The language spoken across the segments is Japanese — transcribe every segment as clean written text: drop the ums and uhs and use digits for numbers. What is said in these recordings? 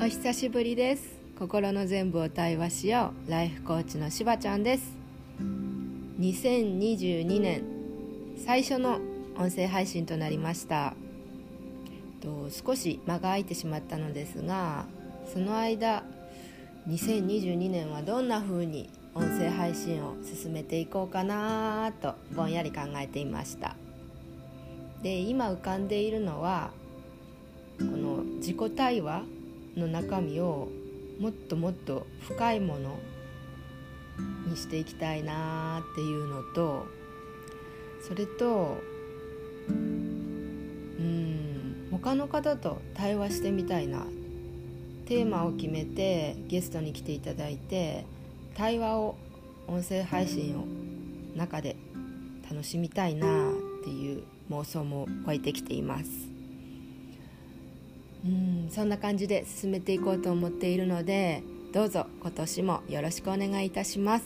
お久しぶりです。心の全部を対話しよう、ライフコーチのしばちゃんです。2022年最初の音声配信となりました。少し間が空いてしまったのですが、その間2022年はどんな風に音声配信を進めていこうかなとぼんやり考えていました。で、今浮かんでいるのはこの自己対話の中身をもっともっと深いものにしていきたいなっていうのと、それと他の方と対話してみたいな、テーマを決めてゲストに来ていただいて対話を音声配信を中で楽しみたいなっていう妄想も湧いてきています。そんな感じで進めていこうと思っているので、どうぞ今年もよろしくお願いいたします。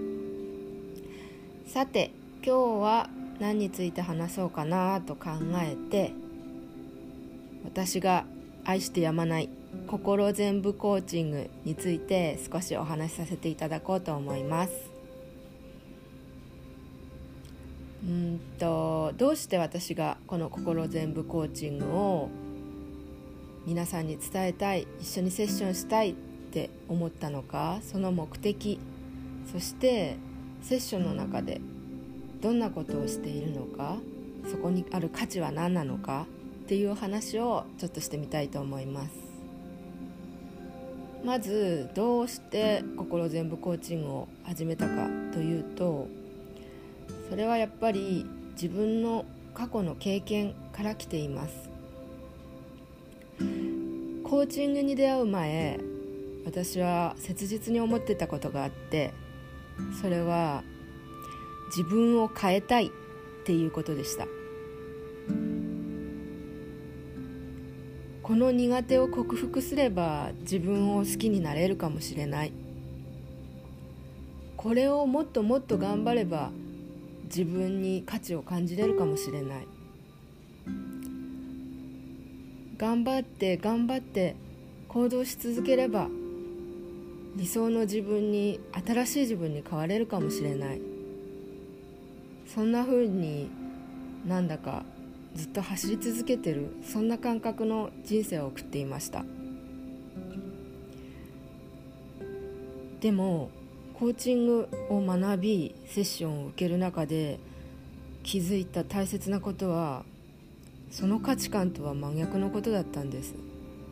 さて、今日は何について話そうかなと考えて、私が愛してやまない心全部コーチングについて少しお話しさせていただこうと思います。どうして私がこの心全部コーチングを皆さんに伝えたい、一緒にセッションしたいって思ったのか、その目的、そしてセッションの中でどんなことをしているのか、そこにある価値は何なのかっていう話をちょっとしてみたいと思います。まず、どうして心全部コーチングを始めたかというと、それはやっぱり自分の過去の経験から来ています。コーチングに出会う前、私は切実に思ってたことがあって、それは自分を変えたいっていうことでした。この苦手を克服すれば自分を好きになれるかもしれない。これをもっともっと頑張れば自分に価値を感じれるかもしれない。頑張って行動し続ければ理想の自分に、新しい自分に変われるかもしれない。そんな風になんだかずっと走り続けてる、そんな感覚の人生を送っていました。でもコーチングを学び、セッションを受ける中で気づいた大切なことは、その価値観とは真逆のことだったんです。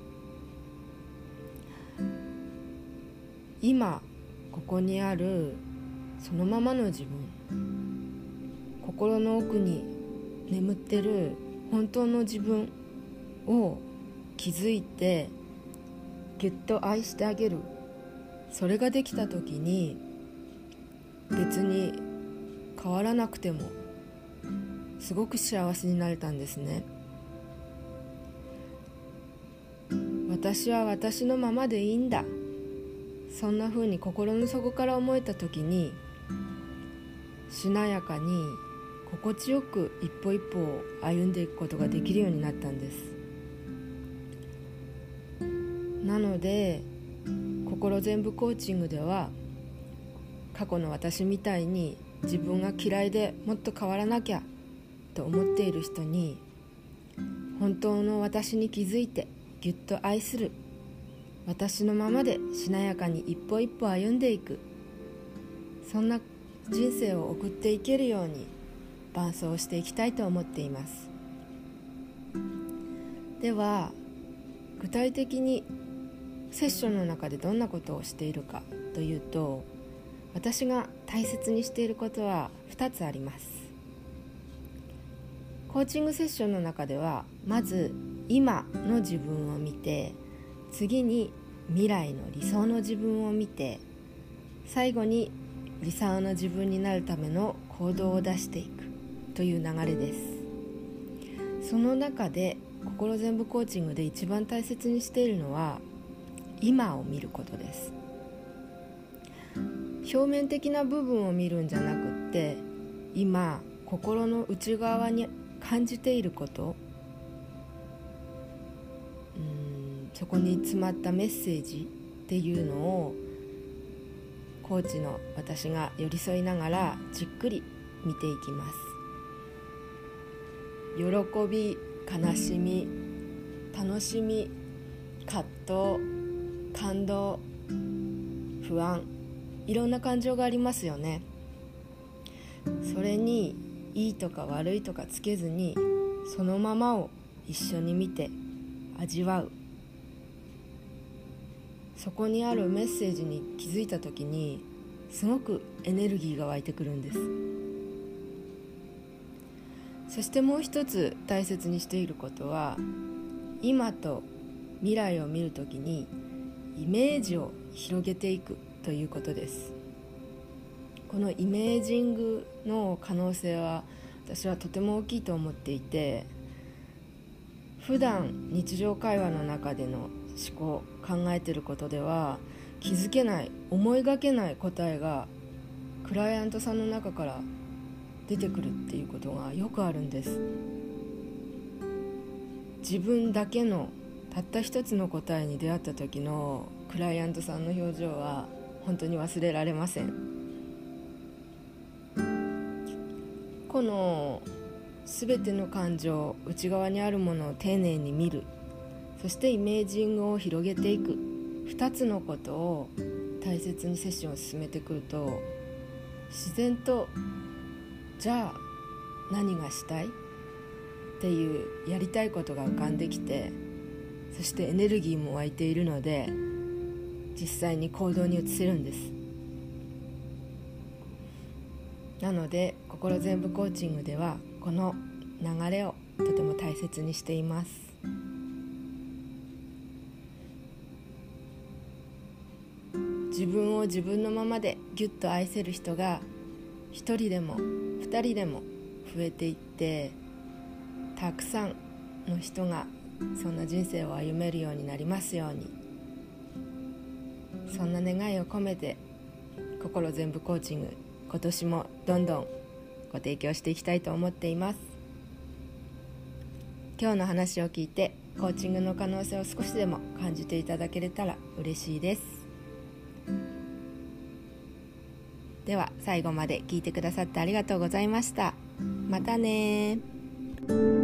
今ここにあるそのままの自分、心の奥に眠ってる本当の自分を気づいてぎゅっと愛してあげる。それができた時に、別に変わらなくてもすごく幸せになれたんですね。私は私のままでいいんだ、そんな風に心の底から思えた時に、しなやかに心地よく一歩一歩を歩んでいくことができるようになったんです。なので心全部コーチングでは、過去の私みたいに自分が嫌いでもっと変わらなきゃと思っている人に、本当の私に気づいてぎゅっと愛する、私のままでしなやかに一歩一歩歩んでいく、そんな人生を送っていけるように伴走していきたいと思っています。では、具体的にセッションの中でどんなことをしているかというと、私が大切にしていることは2つあります。コーチングセッションの中では、まず今の自分を見て、次に未来の理想の自分を見て、最後に理想の自分になるための行動を出していくという流れです。その中で心全部コーチングで一番大切にしているのは、今を見ることです。表面的な部分を見るんじゃなくって、今心の内側に感じていること、 そこに詰まったメッセージっていうのをコーチの私が寄り添いながらじっくり見ていきます。喜び、悲しみ、楽しみ、葛藤、感動、不安、いろんな感情がありますよね。それにいいとか悪いとかつけずに、そのままを一緒に見て味わう。そこにあるメッセージに気づいた時にすごくエネルギーが湧いてくるんです。そしてもう一つ大切にしていることは、今と未来を見るときにイメージを広げていくということです。このイメージングの可能性は私はとても大きいと思っていて、普段日常会話の中での思考、考えていることでは気づけない、思いがけない答えがクライアントさんの中から出てくるっていうことがよくあるんです。自分だけのたった一つの答えに出会った時のクライアントさんの表情は本当に忘れられません。この全ての感情、内側にあるものを丁寧に見る、そしてイメージングを広げていく、2つのことを大切にセッションを進めてくると、自然とじゃあ何がしたいっていうやりたいことが浮かんできて、そしてエネルギーも湧いているので実際に行動に移せるんです。なので心全部コーチングではこの流れをとても大切にしています。自分を自分のままでギュッと愛せる人が一人でも二人でも増えていって、たくさんの人がそんな人生を歩めるようになりますように、そんな願いを込めて心全部コーチング、今年もどんどんご提供していきたいと思っています。今日の話を聞いてコーチングの可能性を少しでも感じていただけれたら嬉しいです。では最後まで聞いてくださってありがとうございました。またね。